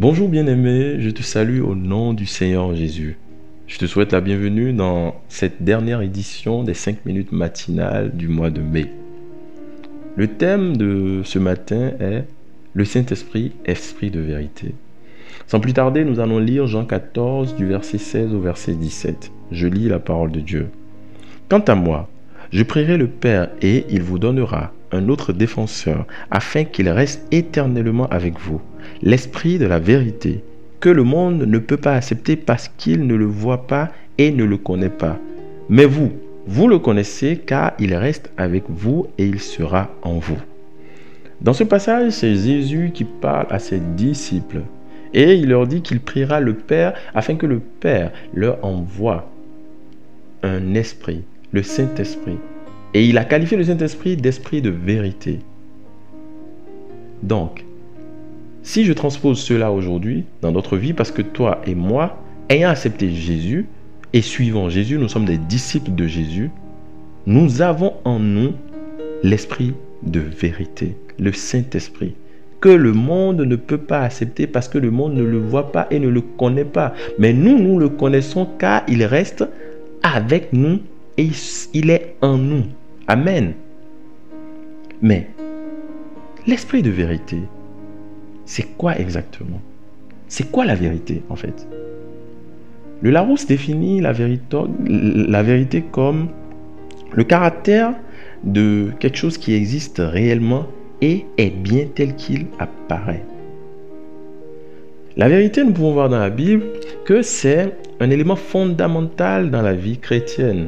Bonjour bien-aimé, je te salue au nom du Seigneur Jésus. Je te souhaite la bienvenue dans cette dernière édition des 5 minutes matinales du mois de mai. Le thème de ce matin est le Saint-Esprit, esprit de vérité. Sans plus tarder, nous allons lire Jean 14 du verset 16 au verset 17. Je lis la parole de Dieu. Quant à moi, je prierai le Père et il vous donnera un autre défenseur afin qu'il reste éternellement avec vous, l'Esprit de la vérité, que le monde ne peut pas accepter parce qu'il ne le voit pas et ne le connaît pas. Mais vous le connaissez car il reste avec vous et il sera en vous. Dans ce passage, c'est Jésus qui parle à ses disciples et il leur dit qu'il priera le Père afin que le Père leur envoie un esprit, le Saint-Esprit. Et il a qualifié le Saint-Esprit d'esprit de vérité. Donc, si je transpose cela aujourd'hui dans notre vie, parce que toi et moi, ayant accepté Jésus et suivant Jésus, nous sommes des disciples de Jésus, nous avons en nous l'esprit de vérité, le Saint-Esprit, que le monde ne peut pas accepter parce que le monde ne le voit pas et ne le connaît pas. Mais nous le connaissons car il reste avec nous et il est en nous. Amen. Mais l'esprit de vérité, c'est quoi exactement? C'est quoi la vérité en fait? Le Larousse définit la vérité comme le caractère de quelque chose qui existe réellement et est bien tel qu'il apparaît. La vérité, nous pouvons voir dans la Bible que c'est un élément fondamental dans la vie chrétienne.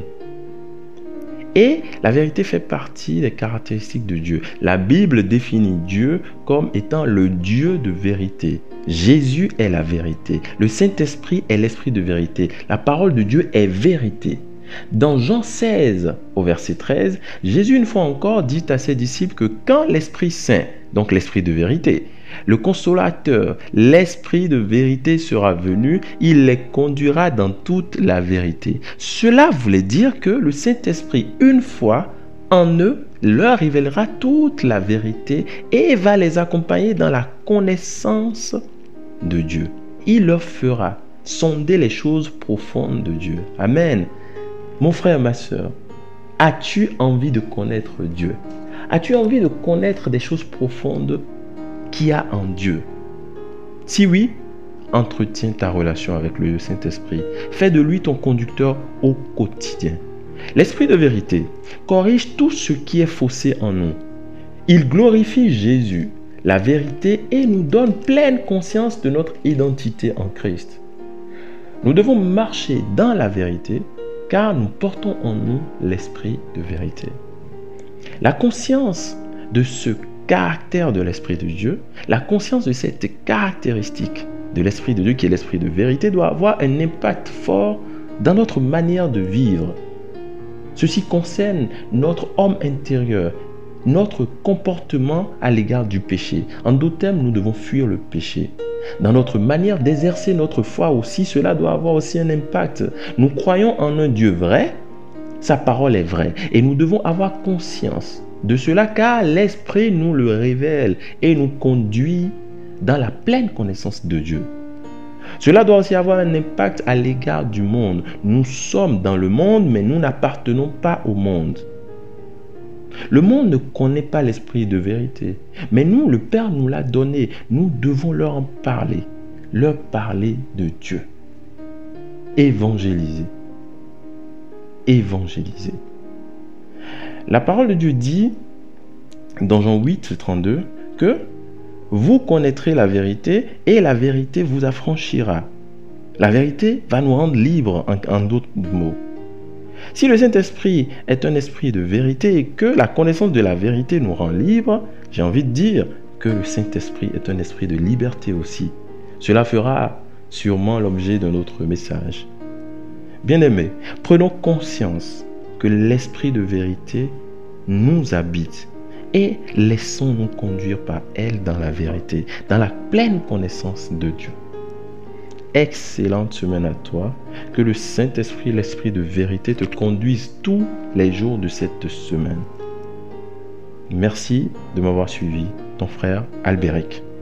Et la vérité fait partie des caractéristiques de Dieu. La Bible définit Dieu comme étant le Dieu de vérité. Jésus est la vérité. Le Saint-Esprit est l'esprit de vérité. La parole de Dieu est vérité. Dans Jean 16, au verset 13, Jésus, une fois encore, dit à ses disciples que quand l'Esprit Saint, donc l'Esprit de vérité, le consolateur, l'Esprit de vérité sera venu, il les conduira dans toute la vérité. Cela voulait dire que le Saint-Esprit, une fois en eux, leur révélera toute la vérité et va les accompagner dans la connaissance de Dieu. Il leur fera sonder les choses profondes de Dieu. Amen. Mon frère, ma soeur, as-tu envie de connaître Dieu? As-tu envie de connaître des choses profondes qu'il y a en Dieu? Si oui, entretiens ta relation avec le Saint-Esprit. Fais de lui ton conducteur au quotidien. L'Esprit de vérité corrige tout ce qui est faussé en nous. Il glorifie Jésus, la vérité, et nous donne pleine conscience de notre identité en Christ. Nous devons marcher dans la vérité car nous portons en nous l'Esprit de vérité. La conscience de ce caractère de l'Esprit de Dieu, la conscience de cette caractéristique de l'Esprit de Dieu qui est l'Esprit de vérité doit avoir un impact fort dans notre manière de vivre. Ceci concerne notre homme intérieur, notre comportement à l'égard du péché. En d'autres termes, nous devons fuir le péché. Dans notre manière d'exercer notre foi aussi, cela doit avoir aussi un impact. Nous croyons en un Dieu vrai, sa parole est vraie et nous devons avoir conscience de cela car l'Esprit nous le révèle et nous conduit dans la pleine connaissance de Dieu. Cela doit aussi avoir un impact à l'égard du monde. Nous sommes dans le monde mais nous n'appartenons pas au monde. Le monde ne connaît pas l'esprit de vérité, mais nous, le Père nous l'a donné. Nous devons leur en parler, leur parler de Dieu. Évangéliser. Évangéliser. La parole de Dieu dit, dans Jean 8, 32, que vous connaîtrez la vérité et la vérité vous affranchira. La vérité va nous rendre libres, en d'autres mots. Si le Saint-Esprit est un esprit de vérité et que la connaissance de la vérité nous rend libres, j'ai envie de dire que le Saint-Esprit est un esprit de liberté aussi. Cela fera sûrement l'objet d'un autre message. Bien-aimés, prenons conscience que l'esprit de vérité nous habite et laissons-nous conduire par elle dans la vérité, dans la pleine connaissance de Dieu. Excellente semaine à toi. Que le Saint-Esprit, l'Esprit de vérité te conduise tous les jours de cette semaine. Merci de m'avoir suivi, ton frère Albéric.